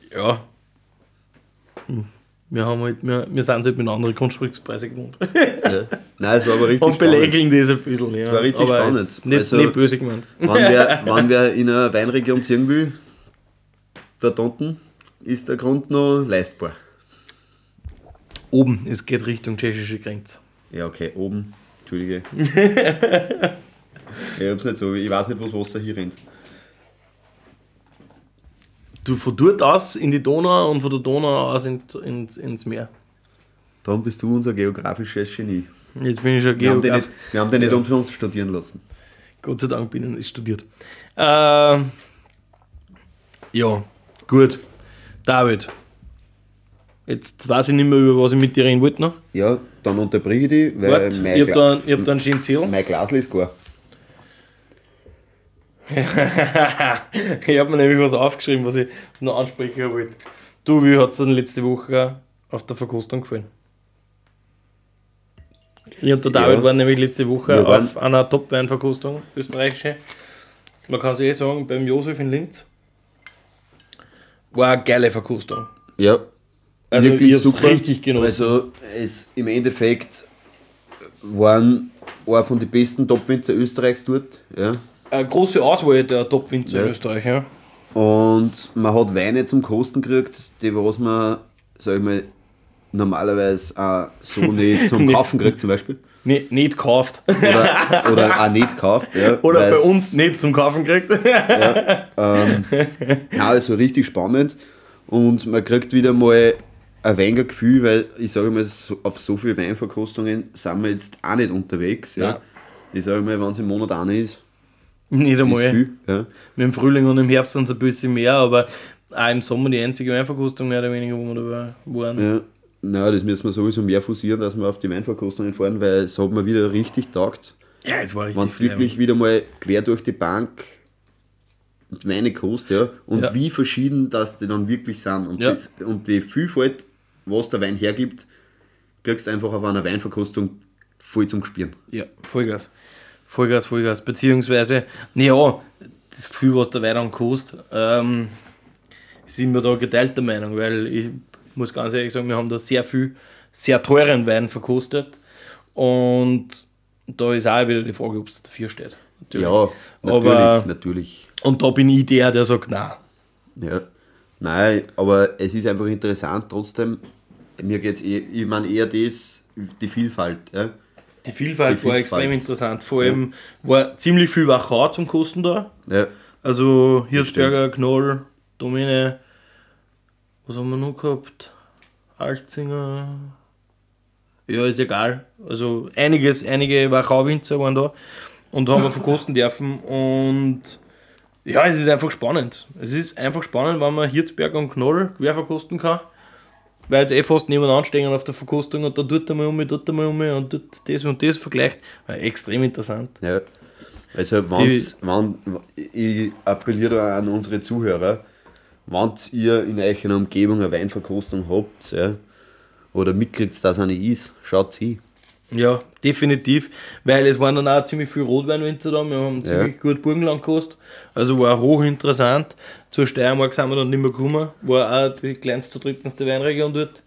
Speaker 3: Wir sind halt mit anderen Grundstückspreisen gewohnt.
Speaker 2: Ja. Nein, es war aber richtig
Speaker 3: Und
Speaker 2: spannend.
Speaker 3: belächeln das ein bisschen. Ja.
Speaker 2: Das war richtig
Speaker 3: aber
Speaker 2: spannend.
Speaker 3: es ist nicht,
Speaker 2: Also-
Speaker 3: nicht böse gemeint.
Speaker 2: Wenn wer in einer Weinregion ziehen will, dort unten, ist der Grund noch leistbar.
Speaker 3: Oben, es geht Richtung tschechische Grenze.
Speaker 2: Ja, okay, oben. Entschuldige. Ich hab's nicht so, ich weiß nicht, wo das Wasser hier rennt.
Speaker 3: Du von dort aus in die Donau und von der Donau aus ins Meer.
Speaker 2: Darum bist du unser geografisches Genie.
Speaker 3: Jetzt bin ich schon
Speaker 2: Wir haben
Speaker 3: Geograf.
Speaker 2: den nicht umsonst studieren lassen.
Speaker 3: Gott sei Dank bin ich nicht studiert. Ja, gut. David. Jetzt weiß ich nicht mehr, über was ich mit dir reden wollte noch.
Speaker 2: Ja, dann unterbreche ich dich, weil
Speaker 3: Warte, ich hab da einen schönen Ziel.
Speaker 2: mein Glasl ist gar.
Speaker 3: Ich habe mir nämlich was aufgeschrieben, was ich noch ansprechen wollte. Du, wie hat es denn letzte Woche auf der Verkostung gefallen? Ich und der David waren nämlich letzte Woche
Speaker 2: Wir waren-
Speaker 3: auf einer Top-Weinverkostung, österreichische. Man kann es sagen, beim Josef in Linz. War eine geile Verkostung.
Speaker 2: Ja,
Speaker 3: Also
Speaker 2: wirklich
Speaker 3: ich hab's
Speaker 2: super.
Speaker 3: richtig genossen.
Speaker 2: Also im Endeffekt waren einer von den besten Top-Winzer Österreichs dort. Ja.
Speaker 3: Eine große Auswahl der Top-Winzer in
Speaker 2: Ja.
Speaker 3: Österreich. Ja.
Speaker 2: Und man hat Weine zum Kosten gekriegt, die was man, sag ich mal, normalerweise auch so nicht zum Kaufen kriegt zum Beispiel.
Speaker 3: Nicht gekauft.
Speaker 2: Oder auch nicht kauft. Ja,
Speaker 3: Oder bei
Speaker 2: weil's-
Speaker 3: uns nicht zum Kaufen gekriegt.
Speaker 2: Ja, also richtig spannend. Und man kriegt wieder mal ein wenig ein Gefühl, weil ich sage mal, auf so viele Weinverkostungen sind wir jetzt auch nicht unterwegs. Ja.
Speaker 3: Ja.
Speaker 2: Ich sage mal, wenn es im Monat eine ist,
Speaker 3: Nicht
Speaker 2: ist
Speaker 3: einmal.
Speaker 2: viel. Ja.
Speaker 3: Mit dem Frühling und im Herbst sind es ein bisschen mehr, aber auch im Sommer die einzige Weinverkostung mehr oder weniger, wo wir dabei waren.
Speaker 2: Ja. Na, das müssen wir sowieso mehr forcieren, dass wir auf die Weinverkostungen fahren, weil es hat mir wieder richtig taugt.
Speaker 3: Ja, es war richtig.
Speaker 2: Wenn es wirklich wieder mal quer durch die Bank Weine kostet, ja, und wie verschieden das die dann wirklich sind. Und die Vielfalt, was der Wein hergibt, kriegst du einfach auf einer Weinverkostung voll zum Gespüren.
Speaker 3: Ja, Vollgas. Beziehungsweise, naja, das Gefühl, was der Wein dann kostet, sind wir da geteilter Meinung, weil ich muss ganz ehrlich sagen, wir haben da sehr viel, sehr teuren Wein verkostet und da ist auch wieder die Frage, ob es dafür steht.
Speaker 2: Natürlich. Ja, aber, natürlich.
Speaker 3: Und da bin ich der sagt, nein.
Speaker 2: Ja, nein, aber es ist einfach interessant trotzdem, mir geht es ich meine eher die Vielfalt. Ja.
Speaker 3: Die Vielfalt war extrem interessant, vor allem war ziemlich viel Wachau zum Kosten da.
Speaker 2: Ja.
Speaker 3: Also Hirzberger, Knoll, Domine, was haben wir noch gehabt? Alzinger, ja, ist egal. Also einige Wachau-Winzer waren da und haben wir verkosten dürfen und ja, es ist einfach spannend. Es ist einfach spannend, wenn man Hirzberger und Knoll quer verkosten kann, weil es fast nebeneinander stehen auf der Verkostung und da tut er mal um und tut das und das vergleicht. Extrem interessant.
Speaker 2: Ja. Also ich appelliere da an unsere Zuhörer, wenn ihr in eurer Umgebung eine Weinverkostung habt, ja, oder mitkriegt, dass eine ist, schaut hin.
Speaker 3: Ja, definitiv, weil es waren dann auch ziemlich viele Rotweinwinzer da, wir haben ziemlich gut Burgenland gekostet, also war hochinteressant. Zur Steiermark sind wir dann nicht mehr gekommen, war auch die kleinste, vertretenste Weinregion dort.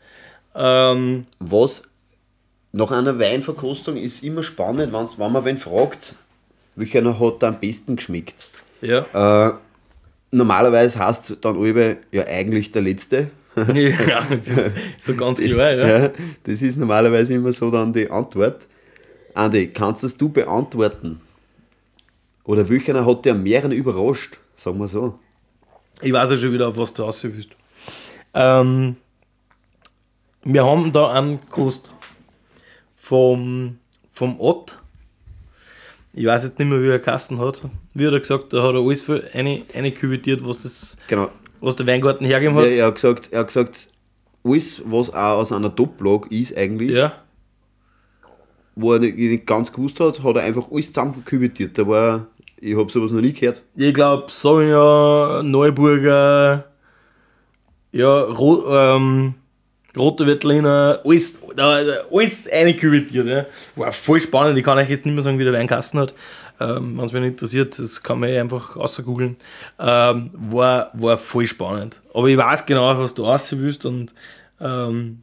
Speaker 2: Was nach einer Weinverkostung ist immer spannend, wenn man wen fragt, welcher hat am besten geschmeckt.
Speaker 3: Ja.
Speaker 2: Normalerweise heißt es dann ja eigentlich der letzte.
Speaker 3: Ja, das ist so ganz klar,
Speaker 2: ja. Das ist normalerweise immer so dann die Antwort. Andi, kannst das du beantworten? Oder welcher hat dir am mehreren überrascht? Sagen wir so.
Speaker 3: Ich weiß ja schon wieder, auf was du raus willst. Wir haben da einen gekostet vom Ott. Ich weiß jetzt nicht mehr, wie er Kasten hat. Wie hat er gesagt, da hat er alles für eine küvetiert, was der Weingarten hergegeben hat.
Speaker 2: Ja, er hat gesagt, alles, was auch aus einer Top-Lage ist eigentlich, wo er nicht ganz gewusst hat er einfach alles zusammen küvetiert. Ich habe sowas noch nie gehört.
Speaker 3: Ich glaube, Sauvignon, Neuburger, Rote Veltliner, alles einküvetiert. Ja. War voll spannend, ich kann euch jetzt nicht mehr sagen, wie der Weinkasten hat. Wenn es mich interessiert, das kann man einfach rausgoogeln. War voll spannend. Aber ich weiß genau, was du raus willst und den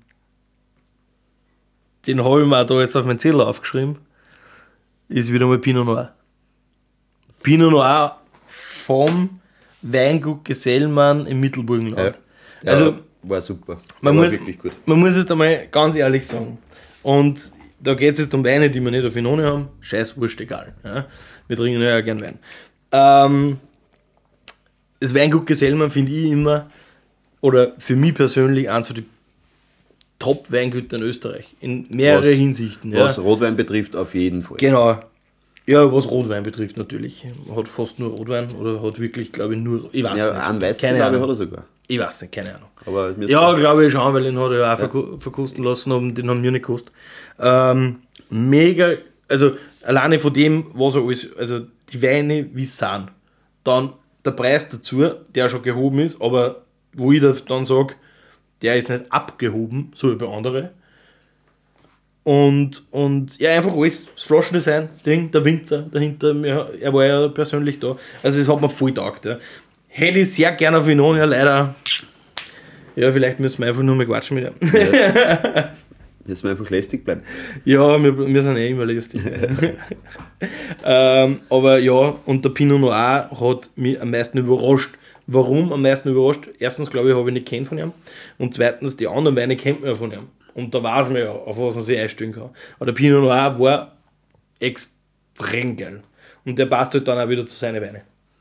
Speaker 3: habe ich mir auch da jetzt auf meinen Zettel aufgeschrieben. Ist wieder mal Pinot Noir. Pinot Noir vom Weingut Gesellmann im Mittelburgenland.
Speaker 2: Ja,
Speaker 3: also,
Speaker 2: war super.
Speaker 3: War
Speaker 2: wirklich gut.
Speaker 3: Man muss es einmal ganz ehrlich sagen. Und da geht es jetzt um Weine, die wir nicht auf Inone haben. Scheiß wurscht, egal. Ja? Wir trinken ja gern Wein. Das Weingut Gesellmann finde ich immer, oder für mich persönlich, eins von den Top-Weingüter in Österreich. In mehrere Hinsichten.
Speaker 2: Was Rotwein betrifft, auf jeden Fall.
Speaker 3: Genau. Ja, was Rotwein betrifft natürlich. Hat fast nur Rotwein oder hat wirklich, glaube ich, nur. Ich weiß nicht.
Speaker 2: Einen weißen, glaube ich, hat er sogar.
Speaker 3: Ich weiß nicht, keine Ahnung.
Speaker 2: Aber
Speaker 3: glaube ich schon, weil den hat er auch verkosten lassen, aber den haben wir nicht gekostet. Mega, also alleine von dem, was er alles, also die Weine, wie es sind. Dann der Preis dazu, der schon gehoben ist, aber wo ich dann sage, der ist nicht abgehoben, so wie bei anderen. Und ja, einfach alles, das Flaschendesign, Ding, der Winzer dahinter, er war ja persönlich da. Also das hat mir voll getaugt. Ja. Hätte ich sehr gerne auf Inone, leider. Ja, vielleicht müssen wir einfach nur mal quatschen mit ihm.
Speaker 2: Ja. Müssen wir einfach lästig bleiben.
Speaker 3: Ja, wir sind immer lästig. Aber ja, und der Pinot Noir hat mich am meisten überrascht. Warum am meisten überrascht? Erstens, glaube ich, habe ich nicht kennt von ihm. Und zweitens, die anderen Weine kennt man ja von ihm. Und da weiß man ja, auf was man sich einstellen kann. Aber der Pinot Noir war extrem geil. Und der passt halt dann auch wieder zu seinen Weinen.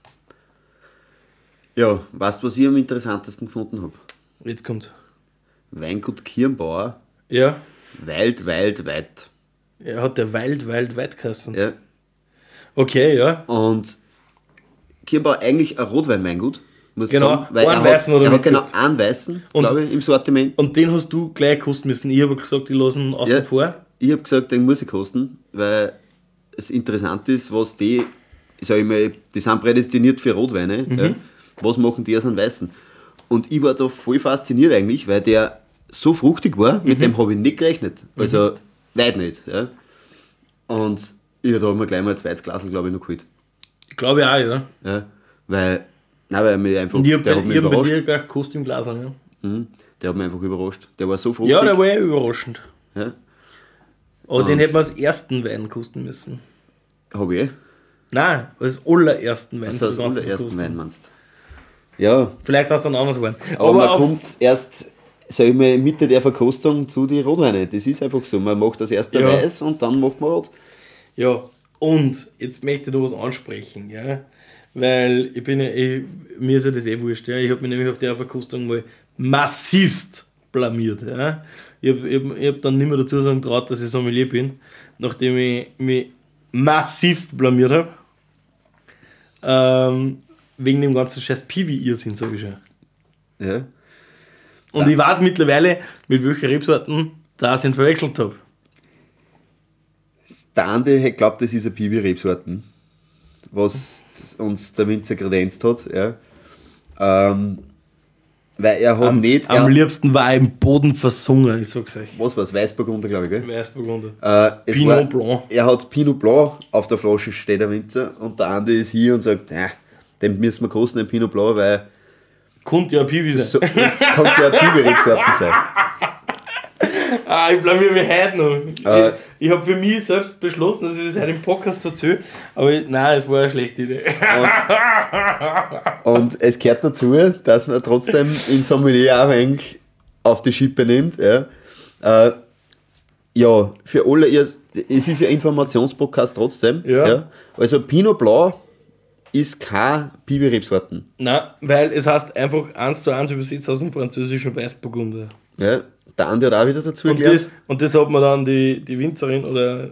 Speaker 2: Ja, weißt du, was ich am interessantesten gefunden habe?
Speaker 3: Jetzt kommt.
Speaker 2: Weingut Kirnbauer.
Speaker 3: Ja.
Speaker 2: Weit.
Speaker 3: Er hat der Weit geheißen.
Speaker 2: Ja.
Speaker 3: Okay, ja.
Speaker 2: Und Kirnbauer eigentlich ein Rotweinweingut. muss
Speaker 3: Genau,
Speaker 2: sagen, weil
Speaker 3: einen weißen oder
Speaker 2: er hat genau
Speaker 3: mitgehabt.
Speaker 2: einen weißen, glaube ich, im Sortiment.
Speaker 3: Und den hast du gleich kosten müssen. Ich habe gesagt, ich lasse ihn außen vor.
Speaker 2: Ich habe gesagt, den muss ich kosten, weil es interessant ist, was die, sag ich mal, die sind prädestiniert für Rotweine. Ja. Was machen die aus einem Weißen? Und ich war da voll fasziniert eigentlich, weil der so fruchtig war, mit dem habe ich nicht gerechnet. Also weit nicht. Ja. Und da habe ich mir gleich mal ein zweites Glas, glaube ich, noch geholt.
Speaker 3: Ich glaube auch, ja.
Speaker 2: Ja. Weil mich einfach,
Speaker 3: Und ich
Speaker 2: der
Speaker 3: habe
Speaker 2: hat mich
Speaker 3: bei
Speaker 2: überrascht.
Speaker 3: dir gleich gekostet im Glas. Ja.
Speaker 2: Der hat mich einfach überrascht. Der war so fruchtig.
Speaker 3: Ja, der war ja überraschend.
Speaker 2: Ja.
Speaker 3: Aber den hätten wir als ersten Wein kosten müssen.
Speaker 2: Habe ich.
Speaker 3: Nein, als allerersten Wein.
Speaker 2: Also als
Speaker 3: für die ganze
Speaker 2: allerersten
Speaker 3: Verkostung.
Speaker 2: Wein meinst du? Ja,
Speaker 3: Vielleicht hast du dann anders geworden.
Speaker 2: aber man
Speaker 3: auf-
Speaker 2: kommt erst, sag ich mal, Mitte der Verkostung zu den Rotweinen. Das ist einfach so. Man macht das erste
Speaker 3: Ja.
Speaker 2: Weiß und dann macht man Rot.
Speaker 3: Ja, und jetzt möchte ich noch was ansprechen, ja. Weil mir ist ja das wurscht, ja. Ich habe mich nämlich auf der Verkostung mal massivst blamiert. Ja. Ich hab dann nicht mehr dazu sagen traut, dass ich Sommelier bin, nachdem ich mich massivst blamiert habe. Wegen dem ganzen scheiß Piwi-Irrsinn, sag ich schon.
Speaker 2: Ja.
Speaker 3: Und ich weiß mittlerweile, mit welchen Rebsorten da ich ihn verwechselt habe.
Speaker 2: Der Andi hat glaubt, das ist eine Piwi-Rebsorten, was uns der Winzer kredenzt hat. Ja. Weil er hat nicht...
Speaker 3: Am liebsten war er im Boden versungen, ich sag's euch.
Speaker 2: Was war es? Weißburgunder, glaube ich, gell?
Speaker 3: Weißburgunder.
Speaker 2: Es
Speaker 3: Pinot Blanc.
Speaker 2: Er hat Pinot Blanc auf der Flasche, steht der Winzer, und der Andi ist hier und sagt, den müssen wir kosten, den Pinot Blanc, weil
Speaker 3: Konnte ja Piwi sein.
Speaker 2: so, das könnte ja Piwi-Rebsorten sein.
Speaker 3: Ich blamier mich heute noch. Ich habe für mich selbst beschlossen, dass ich das heute im Podcast erzähle, aber nein, es war eine schlechte Idee.
Speaker 2: Und es gehört dazu, dass man trotzdem in Sommelier auch ein wenig auf die Schippe nimmt. Ja, ja für alle, es ist ja Informationspodcast trotzdem.
Speaker 3: Ja.
Speaker 2: Also Pinot Blanc ist kein Piwi-Rebsorten.
Speaker 3: Nein, weil es heißt einfach 1:1 übersetzt aus dem Französischen Weißburgunder.
Speaker 2: Ja, der Andi hat auch wieder dazu
Speaker 3: Und
Speaker 2: erklärt.
Speaker 3: das hat mir dann die Winzerin oder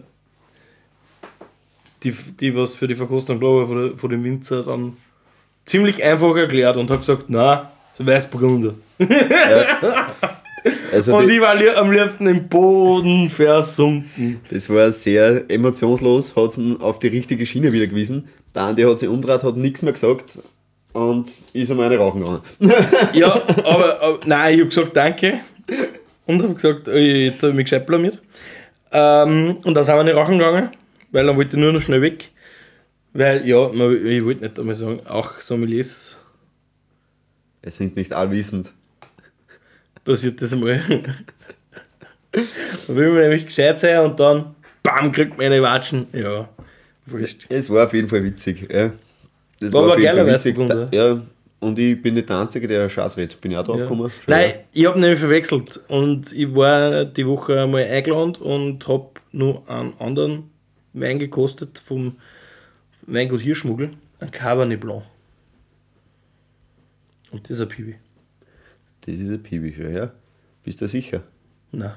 Speaker 3: die was für die Verkostung glaube ich von dem Winzer dann ziemlich einfach erklärt und hat gesagt, na, so Weißburgunder.
Speaker 2: Also
Speaker 3: Und ich war am liebsten im Boden versunken.
Speaker 2: das war sehr emotionslos, hat ihn auf die richtige Schiene wieder gewiesen. Der Andi hat sich umgedreht, hat nichts mehr gesagt und ist um eine rauchen gegangen.
Speaker 3: Ja, aber nein, ich habe gesagt danke und habe gesagt, jetzt habe ich mich gescheit blamiert. Und dann sind wir nicht rauchen gegangen, weil dann wollte ich nur noch schnell weg. Weil, ja, ich wollte nicht einmal sagen, auch Sommeliers
Speaker 2: Es sind nicht allwissend.
Speaker 3: passiert das einmal. Da will man nämlich gescheit sein und dann, bam, kriegt man eine Watschen. Ja, wurscht.
Speaker 2: Es war auf jeden Fall witzig. Ja. Das
Speaker 3: War aber
Speaker 2: auf jeden
Speaker 3: geiler
Speaker 2: Fall witzig.
Speaker 3: Weißburgunder.
Speaker 2: Ja, und ich bin nicht der Einzige, der Schatz redet. Bin ich auch drauf gekommen. Schon,
Speaker 3: Nein, ich habe nämlich verwechselt und ich war die Woche einmal eingeladen und habe nur einen anderen Wein gekostet vom Weingut Hirschmuggel, ein Cabernet Blanc. Und das ist ein Piwi.
Speaker 2: Das ist ein Piwi schon, ja. Bist du sicher?
Speaker 3: Nein.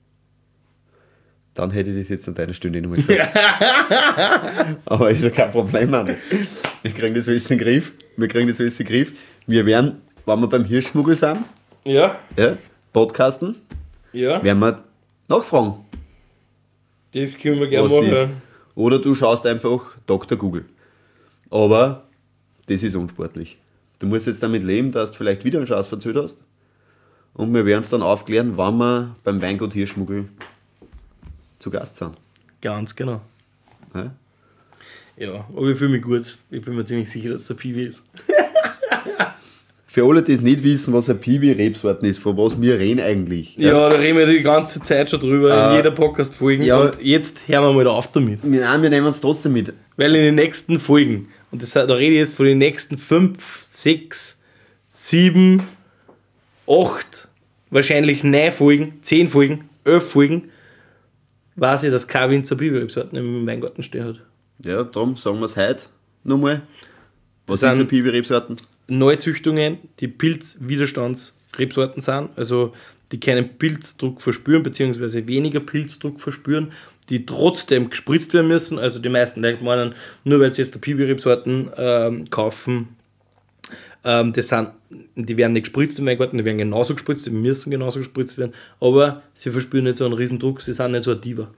Speaker 2: Dann hätte ich das jetzt an deiner Stunde nicht mehr gesagt. Aber ist ja kein Problem, Mann. Wir kriegen das alles in den Griff. Wir werden, wenn wir beim Hirschmuggel sind,
Speaker 3: Ja,
Speaker 2: podcasten,
Speaker 3: ja,
Speaker 2: werden wir nachfragen,
Speaker 3: das können wir gerne
Speaker 2: was ist.
Speaker 3: machen.
Speaker 2: Oder du schaust einfach Dr. Google. Aber das ist unsportlich. Du musst jetzt damit leben, dass du vielleicht wieder einen Schatz verzählt hast. Und wir werden es dann aufklären, wann wir beim Weingut Hirschmuggel zu Gast sind.
Speaker 3: Ganz genau.
Speaker 2: Ja?
Speaker 3: Ja, aber ich fühle mich gut. Ich bin mir ziemlich sicher, dass es ein Piwi ist.
Speaker 2: Für alle, die es nicht wissen, was eine Piwi-Rebsorten ist, von was wir reden eigentlich.
Speaker 3: Ja, da reden wir die ganze Zeit schon drüber, in jeder Podcast-Folge.
Speaker 2: ja.
Speaker 3: Und jetzt hören wir mal auf damit.
Speaker 2: Nein, wir nehmen uns trotzdem mit.
Speaker 3: Weil in den nächsten Folgen, und da rede ich jetzt von den nächsten 5, 6, 7, 8, wahrscheinlich 9 Folgen, 10 Folgen, 11 Folgen, weiß ich, dass kein Winzer Piwi-Rebsorten im Weingarten stehen hat.
Speaker 2: Ja, darum sagen wir es heute nochmal. Was
Speaker 3: Das
Speaker 2: ist
Speaker 3: sind-
Speaker 2: eine Piwi-Rebsorten?
Speaker 3: Neuzüchtungen, die Pilzwiderstandsrebsorten sind, also die keinen Pilzdruck verspüren, beziehungsweise weniger Pilzdruck verspüren, die trotzdem gespritzt werden müssen. Also die meisten Leute meinen, nur weil sie jetzt die Piwi-Rebsorten kaufen, Die werden nicht gespritzt im Weingarten, die werden genauso gespritzt, die müssen genauso gespritzt werden, aber sie verspüren nicht so einen riesen Druck, sie sind nicht so ein Diva.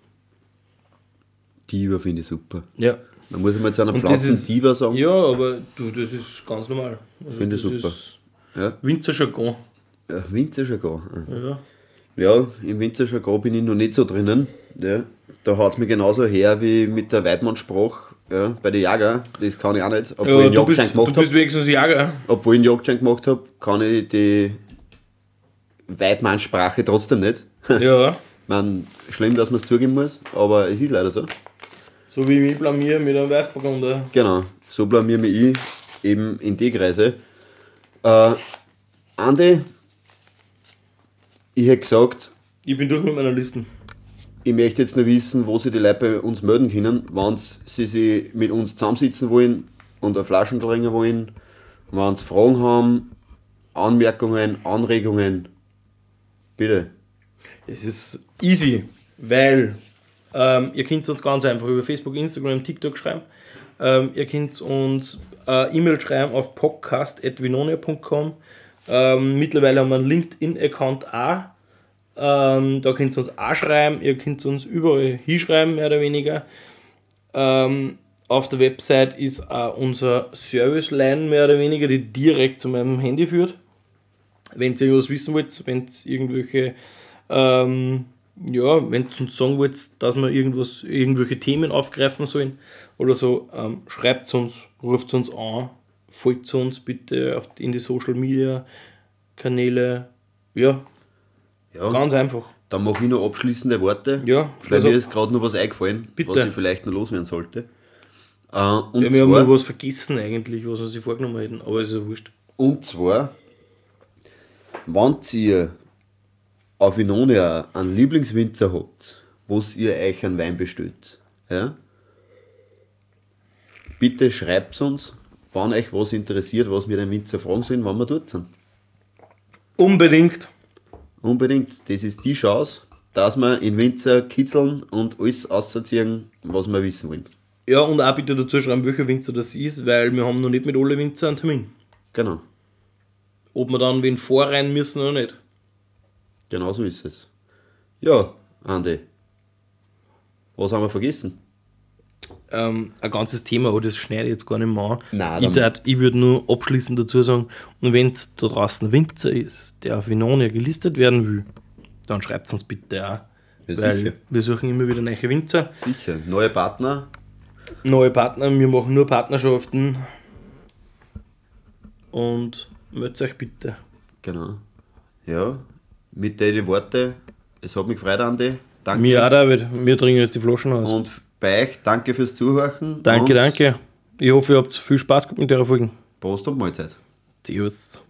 Speaker 2: Diva finde ich super.
Speaker 3: Ja.
Speaker 2: Da muss ich mal zu einer Pflanzen Diva sagen.
Speaker 3: Ja, aber du, das ist ganz normal. Also
Speaker 2: finde ich super. Ja.
Speaker 3: Winzerjargon.
Speaker 2: Ja, Winzerjargon.
Speaker 3: Ja.
Speaker 2: Ja, im Winzerjargon bin ich noch nicht so drinnen. Ja. Da haut es mir genauso her wie mit der Weidmann-Sprache. Ja, bei den Jäger, das kann ich auch nicht. Obwohl ich einen Jagdschein gemacht habe.
Speaker 3: Du bist wenigstens Jäger.
Speaker 2: Obwohl ich einen Jagdschein gemacht habe, kann ich die Weidmann-Sprache trotzdem nicht.
Speaker 3: Ja.
Speaker 2: Man, schlimm, dass man es zugeben muss, aber es ist leider so.
Speaker 3: So wie ich mich blamier mit einem Weißburgunder.
Speaker 2: Genau, so blamier mich ich eben in die Kreise. Andi, ich hätte gesagt,
Speaker 3: Ich bin durch mit meiner Liste.
Speaker 2: ich möchte jetzt nur wissen, wo sie die Leute bei uns melden können, wenn sie sich mit uns zusammensitzen wollen und eine Flaschen trinken wollen, wenn sie Fragen haben, Anmerkungen, Anregungen. Bitte.
Speaker 3: Es ist easy, weil ihr könnt uns ganz einfach über Facebook, Instagram, TikTok schreiben. Ihr könnt uns E-Mail schreiben auf podcast@vinonia.com. Mittlerweile haben wir einen LinkedIn-Account auch. Da könnt ihr uns auch schreiben, ihr könnt uns überall hinschreiben, mehr oder weniger. Auf der Website ist auch unser Serviceline, mehr oder weniger, die direkt zu meinem Handy führt. Wenn ihr irgendwas wissen wollt, wenn ihr irgendwelche, wenn ihr uns sagen wollt, dass wir irgendwelche Themen aufgreifen sollen oder so, schreibt uns, ruft uns an, folgt uns bitte in die Social Media Kanäle. Ja. Ganz einfach.
Speaker 2: Dann mache ich noch abschließende Worte.
Speaker 3: Ja,
Speaker 2: weil mir ist gerade noch was eingefallen,
Speaker 3: bitte.
Speaker 2: was ich vielleicht noch loswerden sollte.
Speaker 3: Wir haben noch was vergessen eigentlich, was wir sich vorgenommen hätten, aber es ist ja wurscht.
Speaker 2: Und zwar, wenn ihr auf Vinonia einen Lieblingswinzer habt, wo ihr euch einen Wein bestellt, ja, bitte schreibt uns, wenn euch was interessiert, was wir den Winzer fragen sollen, wann wir dort sind.
Speaker 3: Unbedingt.
Speaker 2: Unbedingt. Das ist die Chance, dass wir in Winzer kitzeln und alles ausziehen, was wir wissen wollen.
Speaker 3: Ja, und auch bitte dazu schreiben, welcher Winzer das ist, weil wir haben noch nicht mit allen Winzer einen Termin.
Speaker 2: Genau.
Speaker 3: Ob wir dann wen vorrennen müssen oder nicht.
Speaker 2: Genau so ist es. Ja, Andi. Was haben wir vergessen?
Speaker 3: Ein ganzes Thema, aber das schneide ich jetzt gar nicht mehr an.
Speaker 2: Nein,
Speaker 3: ich würde nur abschließend dazu sagen, und wenn es da draußen ein Winzer ist, der auf Vinonia gelistet werden will, dann schreibt es uns bitte auch.
Speaker 2: Ja,
Speaker 3: weil
Speaker 2: sicher.
Speaker 3: wir suchen immer wieder neue Winzer.
Speaker 2: Sicher. Neue Partner.
Speaker 3: Neue Partner, wir machen nur Partnerschaften. Und meldet euch bitte.
Speaker 2: Genau. Ja, mit den Worten, es hat mich gefreut, Andi. Danke.
Speaker 3: Mir auch, David. Wir trinken jetzt die Flaschen aus.
Speaker 2: Und bei euch, danke fürs Zuhören.
Speaker 3: Danke,
Speaker 2: und
Speaker 3: danke. Ich hoffe, ihr habt viel Spaß gehabt mit der Folge.
Speaker 2: Prost und Mahlzeit.
Speaker 3: Servus.